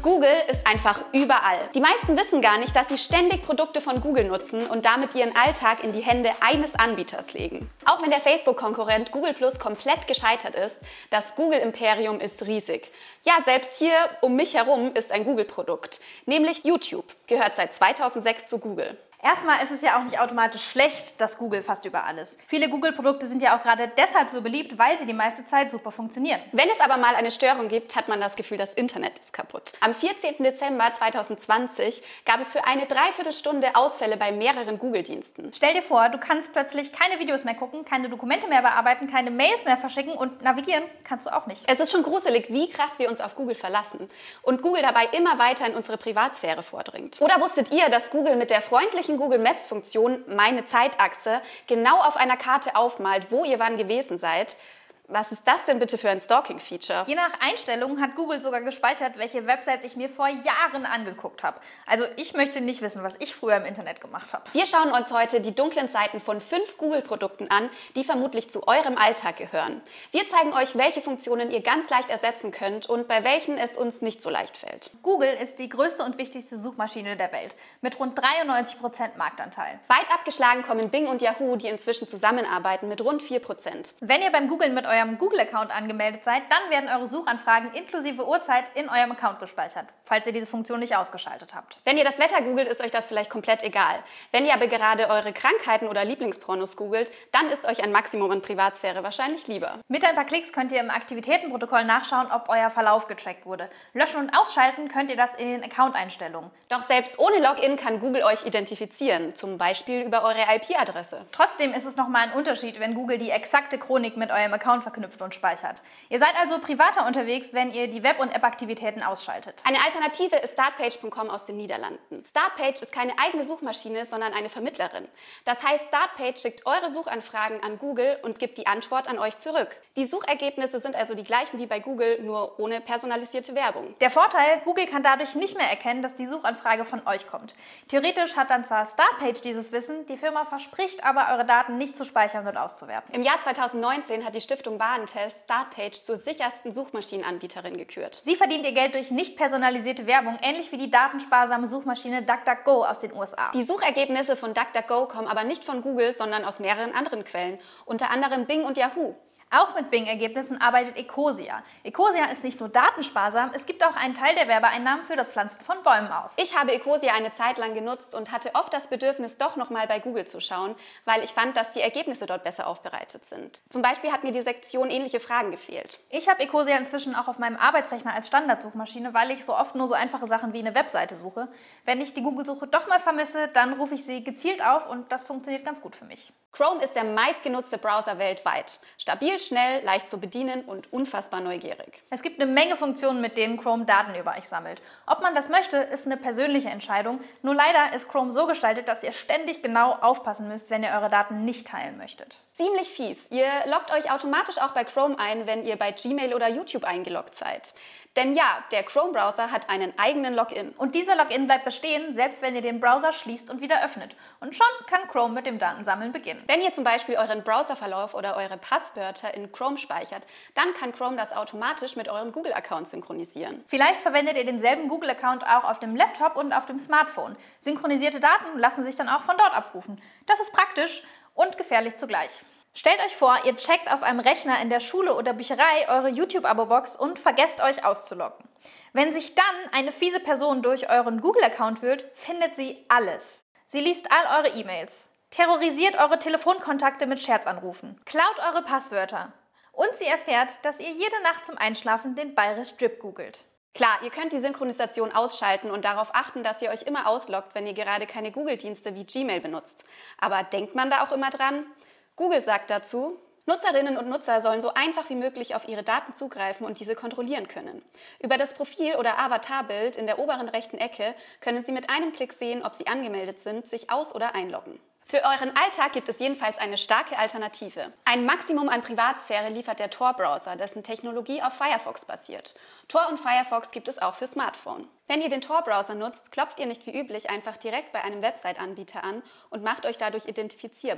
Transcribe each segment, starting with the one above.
Google ist einfach überall. Die meisten wissen gar nicht, dass sie ständig Produkte von Google nutzen und damit ihren Alltag in die Hände eines Anbieters legen. Auch wenn der Facebook-Konkurrent Google Plus komplett gescheitert ist, das Google-Imperium ist riesig. Ja, selbst hier um mich herum ist ein Google-Produkt, nämlich YouTube, gehört seit 2006 zu Google. Erstmal ist es ja auch nicht automatisch schlecht, dass Google fast überall ist. Viele Google-Produkte sind ja auch gerade deshalb so beliebt, weil sie die meiste Zeit super funktionieren. Wenn es aber mal eine Störung gibt, hat man das Gefühl, das Internet ist kaputt. Am 14. Dezember 2020 gab es für eine Dreiviertelstunde Ausfälle bei mehreren Google-Diensten. Stell dir vor, du kannst plötzlich keine Videos mehr gucken, keine Dokumente mehr bearbeiten, keine Mails mehr verschicken und navigieren kannst du auch nicht. Es ist schon gruselig, wie krass wir uns auf Google verlassen und Google dabei immer weiter in unsere Privatsphäre vordringt. Oder wusstet ihr, dass Google mit der freundlichen Google Maps Funktion meine Zeitachse genau auf einer Karte aufmalt, wo ihr wann gewesen seid? Was ist das denn bitte für ein Stalking-Feature? Je nach Einstellungen hat Google sogar gespeichert, welche Websites ich mir vor Jahren angeguckt habe. Also ich möchte nicht wissen, was ich früher im Internet gemacht habe. Wir schauen uns heute die dunklen Seiten von 5 Google-Produkten an, die vermutlich zu eurem Alltag gehören. Wir zeigen euch, welche Funktionen ihr ganz leicht ersetzen könnt und bei welchen es uns nicht so leicht fällt. Google ist die größte und wichtigste Suchmaschine der Welt mit rund 93% Marktanteil. Weit abgeschlagen kommen Bing und Yahoo, die inzwischen zusammenarbeiten, mit rund 4%. Wenn ihr beim Googlen mit eurem Google-Account angemeldet seid, dann werden eure Suchanfragen inklusive Uhrzeit in eurem Account gespeichert, falls ihr diese Funktion nicht ausgeschaltet habt. Wenn ihr das Wetter googelt, ist euch das vielleicht komplett egal. Wenn ihr aber gerade eure Krankheiten oder Lieblingspornos googelt, dann ist euch ein Maximum an Privatsphäre wahrscheinlich lieber. Mit ein paar Klicks könnt ihr im Aktivitätenprotokoll nachschauen, ob euer Verlauf getrackt wurde. Löschen und ausschalten könnt ihr das in den Account-Einstellungen. Doch selbst ohne Login kann Google euch identifizieren, zum Beispiel über eure IP-Adresse. Trotzdem ist es nochmal ein Unterschied, wenn Google die exakte Chronik mit eurem Account verknüpft und speichert. Ihr seid also privater unterwegs, wenn ihr die Web- und App-Aktivitäten ausschaltet. Eine Alternative ist Startpage.com aus den Niederlanden. Startpage ist keine eigene Suchmaschine, sondern eine Vermittlerin. Das heißt, Startpage schickt eure Suchanfragen an Google und gibt die Antwort an euch zurück. Die Suchergebnisse sind also die gleichen wie bei Google, nur ohne personalisierte Werbung. Der Vorteil, Google kann dadurch nicht mehr erkennen, dass die Suchanfrage von euch kommt. Theoretisch hat dann zwar Startpage dieses Wissen, die Firma verspricht aber, eure Daten nicht zu speichern und auszuwerten. Im Jahr 2019 hat die Stiftung Warentest Startpage zur sichersten Suchmaschinenanbieterin gekürt. Sie verdient ihr Geld durch nicht personalisierte Werbung, ähnlich wie die datensparsame Suchmaschine DuckDuckGo aus den USA. Die Suchergebnisse von DuckDuckGo kommen aber nicht von Google, sondern aus mehreren anderen Quellen, unter anderem Bing und Yahoo. Auch mit Bing-Ergebnissen arbeitet Ecosia. Ecosia ist nicht nur datensparsam, es gibt auch einen Teil der Werbeeinnahmen für das Pflanzen von Bäumen aus. Ich habe Ecosia eine Zeit lang genutzt und hatte oft das Bedürfnis, doch nochmal bei Google zu schauen, weil ich fand, dass die Ergebnisse dort besser aufbereitet sind. Zum Beispiel hat mir die Sektion ähnliche Fragen gefehlt. Ich habe Ecosia inzwischen auch auf meinem Arbeitsrechner als Standardsuchmaschine, weil ich so oft nur so einfache Sachen wie eine Webseite suche. Wenn ich die Google-Suche doch mal vermisse, dann rufe ich sie gezielt auf und das funktioniert ganz gut für mich. Chrome ist der meistgenutzte Browser weltweit. Stabil, schnell, leicht zu bedienen und unfassbar neugierig. Es gibt eine Menge Funktionen, mit denen Chrome Daten über euch sammelt. Ob man das möchte, ist eine persönliche Entscheidung. Nur leider ist Chrome so gestaltet, dass ihr ständig genau aufpassen müsst, wenn ihr eure Daten nicht teilen möchtet. Ziemlich fies. Ihr loggt euch automatisch auch bei Chrome ein, wenn ihr bei Gmail oder YouTube eingeloggt seid. Denn ja, der Chrome-Browser hat einen eigenen Login. Und dieser Login bleibt bestehen, selbst wenn ihr den Browser schließt und wieder öffnet. Und schon kann Chrome mit dem Datensammeln beginnen. Wenn ihr zum Beispiel euren Browserverlauf oder eure Passwörter in Chrome speichert, dann kann Chrome das automatisch mit eurem Google-Account synchronisieren. Vielleicht verwendet ihr denselben Google-Account auch auf dem Laptop und auf dem Smartphone. Synchronisierte Daten lassen sich dann auch von dort abrufen. Das ist praktisch und gefährlich zugleich. Stellt euch vor, ihr checkt auf einem Rechner in der Schule oder Bücherei eure YouTube-Abo-Box und vergesst euch auszuloggen. Wenn sich dann eine fiese Person durch euren Google-Account wühlt, findet sie alles. Sie liest all eure E-Mails, terrorisiert eure Telefonkontakte mit Scherzanrufen, klaut eure Passwörter und sie erfährt, dass ihr jede Nacht zum Einschlafen den Bayerisch Drip googelt. Klar, ihr könnt die Synchronisation ausschalten und darauf achten, dass ihr euch immer ausloggt, wenn ihr gerade keine Google-Dienste wie Gmail benutzt. Aber denkt man da auch immer dran? Google sagt dazu, Nutzerinnen und Nutzer sollen so einfach wie möglich auf ihre Daten zugreifen und diese kontrollieren können. Über das Profil- oder Avatarbild in der oberen rechten Ecke können Sie mit einem Klick sehen, ob Sie angemeldet sind, sich aus- oder einloggen. Für euren Alltag gibt es jedenfalls eine starke Alternative. Ein Maximum an Privatsphäre liefert der Tor-Browser, dessen Technologie auf Firefox basiert. Tor und Firefox gibt es auch für Smartphone. Wenn ihr den Tor-Browser nutzt, klopft ihr nicht wie üblich einfach direkt bei einem Website-Anbieter an und macht euch dadurch identifizierbar.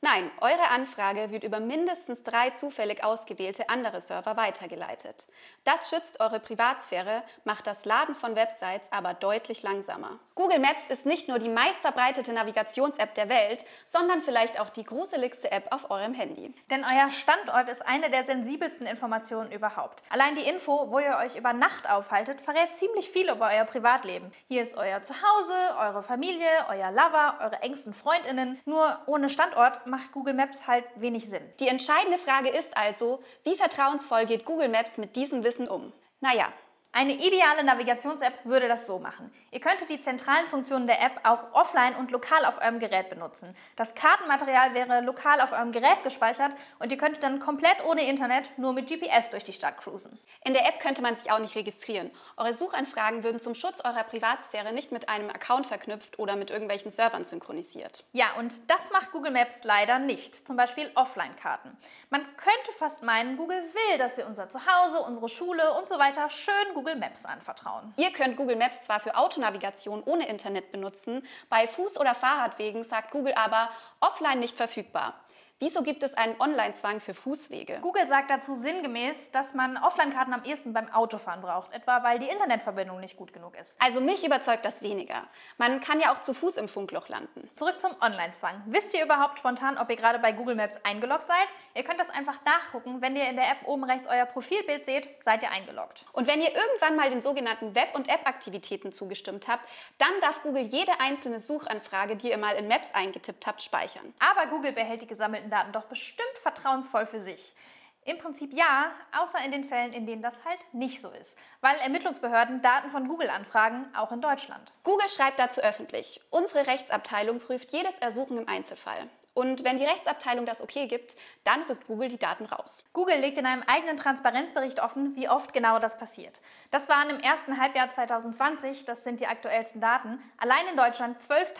Nein, eure Anfrage wird über mindestens 3 zufällig ausgewählte andere Server weitergeleitet. Das schützt eure Privatsphäre, macht das Laden von Websites aber deutlich langsamer. Google Maps ist nicht nur die meistverbreitete Navigations-App der Welt, sondern vielleicht auch die gruseligste App auf eurem Handy. Denn euer Standort ist eine der sensibelsten Informationen überhaupt. Allein die Info, wo ihr euch über Nacht aufhaltet, verrät ziemlich viel über euer Privatleben. Hier ist euer Zuhause, eure Familie, euer Lover, eure engsten FreundInnen. Nur ohne Standort macht Google Maps halt wenig Sinn. Die entscheidende Frage ist also, wie vertrauensvoll geht Google Maps mit diesem Wissen um? Naja. Eine ideale Navigations-App würde das so machen. Ihr könntet die zentralen Funktionen der App auch offline und lokal auf eurem Gerät benutzen. Das Kartenmaterial wäre lokal auf eurem Gerät gespeichert und ihr könntet dann komplett ohne Internet nur mit GPS durch die Stadt cruisen. In der App könnte man sich auch nicht registrieren. Eure Suchanfragen würden zum Schutz eurer Privatsphäre nicht mit einem Account verknüpft oder mit irgendwelchen Servern synchronisiert. Ja, und das macht Google Maps leider nicht. Zum Beispiel Offline-Karten. Man könnte fast meinen, Google will, dass wir unser Zuhause, unsere Schule und so weiter schön Google Maps anvertrauen. Ihr könnt Google Maps zwar für Autonavigation ohne Internet benutzen, bei Fuß- oder Fahrradwegen sagt Google aber offline nicht verfügbar. Wieso gibt es einen Online-Zwang für Fußwege? Google sagt dazu sinngemäß, dass man Offline-Karten am ehesten beim Autofahren braucht, etwa weil die Internetverbindung nicht gut genug ist. Also mich überzeugt das weniger. Man kann ja auch zu Fuß im Funkloch landen. Zurück zum Online-Zwang. Wisst ihr überhaupt spontan, ob ihr gerade bei Google Maps eingeloggt seid? Ihr könnt das einfach nachgucken. Wenn ihr in der App oben rechts euer Profilbild seht, seid ihr eingeloggt. Und wenn ihr irgendwann mal den sogenannten Web- und App-Aktivitäten zugestimmt habt, dann darf Google jede einzelne Suchanfrage, die ihr mal in Maps eingetippt habt, speichern. Aber Google behält die gesammelten Daten doch bestimmt vertrauensvoll für sich. Im Prinzip ja, außer in den Fällen, in denen das halt nicht so ist. Weil Ermittlungsbehörden Daten von Google anfragen, auch in Deutschland. Google schreibt dazu öffentlich: Unsere Rechtsabteilung prüft jedes Ersuchen im Einzelfall. Und wenn die Rechtsabteilung das okay gibt, dann rückt Google die Daten raus. Google legt in einem eigenen Transparenzbericht offen, wie oft genau das passiert. Das waren im ersten Halbjahr 2020, das sind die aktuellsten Daten, allein in Deutschland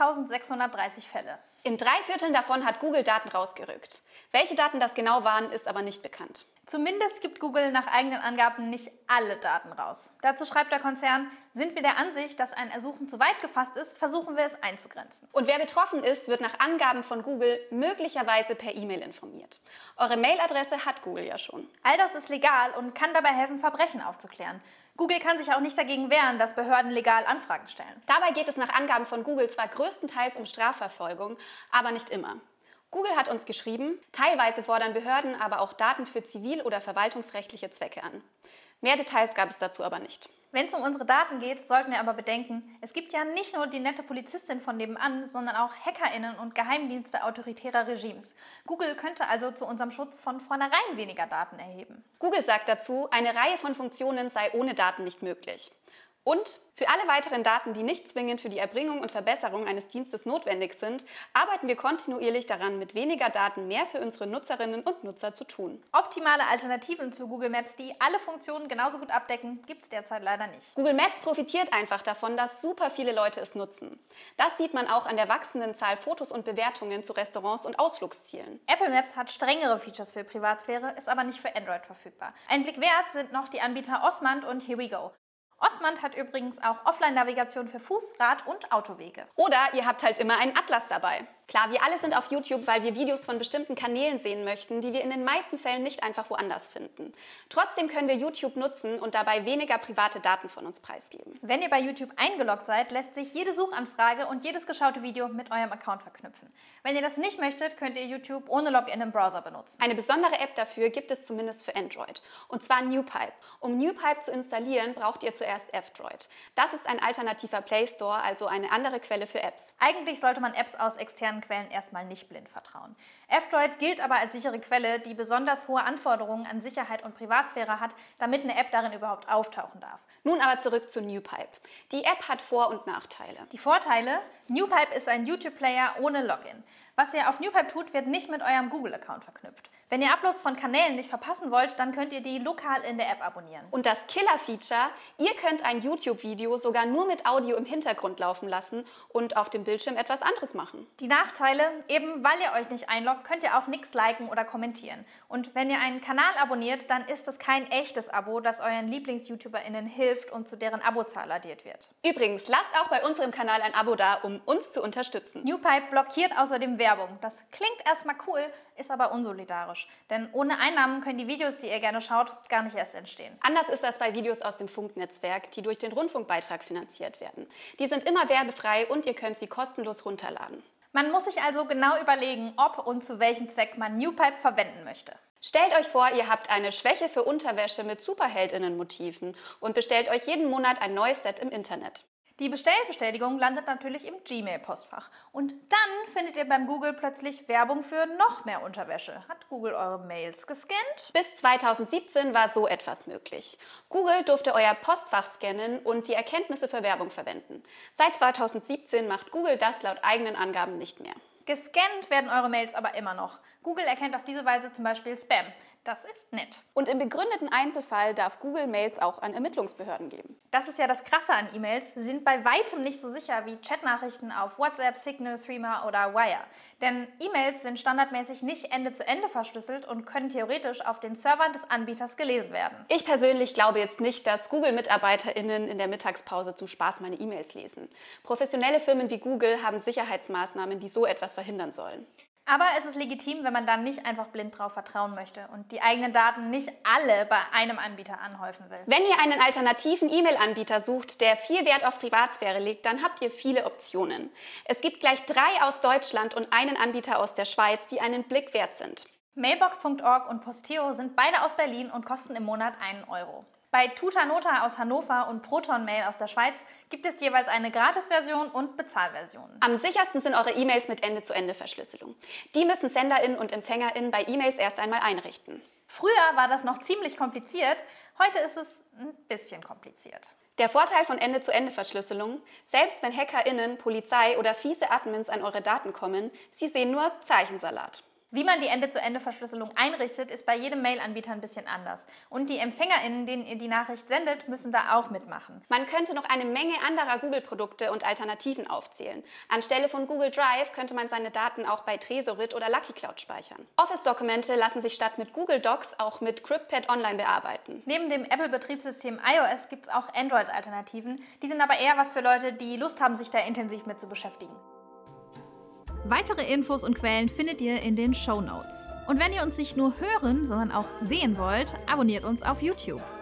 12.630 Fälle. In 3/4 davon hat Google Daten rausgerückt. Welche Daten das genau waren, ist aber nicht bekannt. Zumindest gibt Google nach eigenen Angaben nicht alle Daten raus. Dazu schreibt der Konzern: Sind wir der Ansicht, dass ein Ersuchen zu weit gefasst ist, versuchen wir es einzugrenzen. Und wer betroffen ist, wird nach Angaben von Google möglicherweise per E-Mail informiert. Eure Mailadresse hat Google ja schon. All das ist legal und kann dabei helfen, Verbrechen aufzuklären. Google kann sich auch nicht dagegen wehren, dass Behörden legal Anfragen stellen. Dabei geht es nach Angaben von Google zwar größtenteils um Strafverfolgung, aber nicht immer. Google hat uns geschrieben, teilweise fordern Behörden aber auch Daten für zivil- oder verwaltungsrechtliche Zwecke an. Mehr Details gab es dazu aber nicht. Wenn es um unsere Daten geht, sollten wir aber bedenken, es gibt ja nicht nur die nette Polizistin von nebenan, sondern auch HackerInnen und Geheimdienste autoritärer Regimes. Google könnte also zu unserem Schutz von vornherein weniger Daten erheben. Google sagt dazu, eine Reihe von Funktionen sei ohne Daten nicht möglich. Und für alle weiteren Daten, die nicht zwingend für die Erbringung und Verbesserung eines Dienstes notwendig sind, arbeiten wir kontinuierlich daran, mit weniger Daten mehr für unsere Nutzerinnen und Nutzer zu tun. Optimale Alternativen zu Google Maps, die alle Funktionen genauso gut abdecken, gibt es derzeit leider nicht. Google Maps profitiert einfach davon, dass super viele Leute es nutzen. Das sieht man auch an der wachsenden Zahl Fotos und Bewertungen zu Restaurants und Ausflugszielen. Apple Maps hat strengere Features für Privatsphäre, ist aber nicht für Android verfügbar. Ein Blick wert sind noch die Anbieter Osmand und Here We Go. Osmand hat übrigens auch Offline-Navigation für Fuß-, Rad- und Autowege. Oder ihr habt halt immer einen Atlas dabei. Klar, wir alle sind auf YouTube, weil wir Videos von bestimmten Kanälen sehen möchten, die wir in den meisten Fällen nicht einfach woanders finden. Trotzdem können wir YouTube nutzen und dabei weniger private Daten von uns preisgeben. Wenn ihr bei YouTube eingeloggt seid, lässt sich jede Suchanfrage und jedes geschaute Video mit eurem Account verknüpfen. Wenn ihr das nicht möchtet, könnt ihr YouTube ohne Login im Browser benutzen. Eine besondere App dafür gibt es zumindest für Android, und zwar NewPipe. Um NewPipe zu installieren, braucht ihr zuerst F-Droid. Das ist ein alternativer Play Store, also eine andere Quelle für Apps. Eigentlich sollte man Apps aus externen Quellen erstmal nicht blind vertrauen. F-Droid gilt aber als sichere Quelle, die besonders hohe Anforderungen an Sicherheit und Privatsphäre hat, damit eine App darin überhaupt auftauchen darf. Nun aber zurück zu NewPipe. Die App hat Vor- und Nachteile. Die Vorteile: NewPipe ist ein YouTube-Player ohne Login. Was ihr auf NewPipe tut, wird nicht mit eurem Google-Account verknüpft. Wenn ihr Uploads von Kanälen nicht verpassen wollt, dann könnt ihr die lokal in der App abonnieren. Und das Killer-Feature: Ihr könnt ein YouTube-Video sogar nur mit Audio im Hintergrund laufen lassen und auf dem Bildschirm etwas anderes machen. Die Nachteile: Eben weil ihr euch nicht einloggt, könnt ihr auch nichts liken oder kommentieren. Und wenn ihr einen Kanal abonniert, dann ist es kein echtes Abo, das euren Lieblings-YouTuberInnen hilft und zu deren Abozahl addiert wird. Übrigens, lasst auch bei unserem Kanal ein Abo da, um uns zu unterstützen. NewPipe blockiert außerdem Werbung Werbung. Das klingt erstmal cool, ist aber unsolidarisch. Denn ohne Einnahmen können die Videos, die ihr gerne schaut, gar nicht erst entstehen. Anders ist das bei Videos aus dem Funknetzwerk, die durch den Rundfunkbeitrag finanziert werden. Die sind immer werbefrei und ihr könnt sie kostenlos runterladen. Man muss sich also genau überlegen, ob und zu welchem Zweck man NewPipe verwenden möchte. Stellt euch vor, ihr habt eine Schwäche für Unterwäsche mit Superheldinnenmotiven und bestellt euch jeden Monat ein neues Set im Internet. Die Bestellbestätigung landet natürlich im Gmail-Postfach. Und dann findet ihr beim Google plötzlich Werbung für noch mehr Unterwäsche. Hat Google eure Mails gescannt? Bis 2017 war so etwas möglich. Google durfte euer Postfach scannen und die Erkenntnisse für Werbung verwenden. Seit 2017 macht Google das laut eigenen Angaben nicht mehr. Gescannt werden eure Mails aber immer noch. Google erkennt auf diese Weise zum Beispiel Spam. Das ist nett. Und im begründeten Einzelfall darf Google Mails auch an Ermittlungsbehörden geben. Das ist ja das Krasse an E-Mails. Sie sind bei weitem nicht so sicher wie Chatnachrichten auf WhatsApp, Signal, Threema oder Wire. Denn E-Mails sind standardmäßig nicht Ende-zu-Ende verschlüsselt und können theoretisch auf den Servern des Anbieters gelesen werden. Ich persönlich glaube jetzt nicht, dass Google-MitarbeiterInnen in der Mittagspause zum Spaß meine E-Mails lesen. Professionelle Firmen wie Google haben Sicherheitsmaßnahmen, die so etwas verhindern sollen. Aber es ist legitim, wenn man dann nicht einfach blind drauf vertrauen möchte und die eigenen Daten nicht alle bei einem Anbieter anhäufen will. Wenn ihr einen alternativen E-Mail-Anbieter sucht, der viel Wert auf Privatsphäre legt, dann habt ihr viele Optionen. Es gibt gleich 3 aus Deutschland und einen Anbieter aus der Schweiz, die einen Blick wert sind. Mailbox.org und Posteo sind beide aus Berlin und kosten im Monat 1 Euro. Bei Tutanota aus Hannover und ProtonMail aus der Schweiz gibt es jeweils eine Gratis-Version und Bezahlversion. Am sichersten sind eure E-Mails mit Ende-zu-Ende-Verschlüsselung. Die müssen SenderInnen und EmpfängerInnen bei E-Mails erst einmal einrichten. Früher war das noch ziemlich kompliziert, heute ist es ein bisschen kompliziert. Der Vorteil von Ende-zu-Ende-Verschlüsselung: Selbst wenn HackerInnen, Polizei oder fiese Admins an eure Daten kommen, sie sehen nur Zeichensalat. Wie man die Ende-zu-Ende-Verschlüsselung einrichtet, ist bei jedem Mail-Anbieter ein bisschen anders. Und die EmpfängerInnen, denen ihr die Nachricht sendet, müssen da auch mitmachen. Man könnte noch eine Menge anderer Google-Produkte und Alternativen aufzählen. Anstelle von Google Drive könnte man seine Daten auch bei Tresorit oder Lucky Cloud speichern. Office-Dokumente lassen sich statt mit Google Docs auch mit CryptPad Online bearbeiten. Neben dem Apple-Betriebssystem iOS gibt es auch Android-Alternativen. Die sind aber eher was für Leute, die Lust haben, sich da intensiv mit zu beschäftigen. Weitere Infos und Quellen findet ihr in den Shownotes. Und wenn ihr uns nicht nur hören, sondern auch sehen wollt, abonniert uns auf YouTube.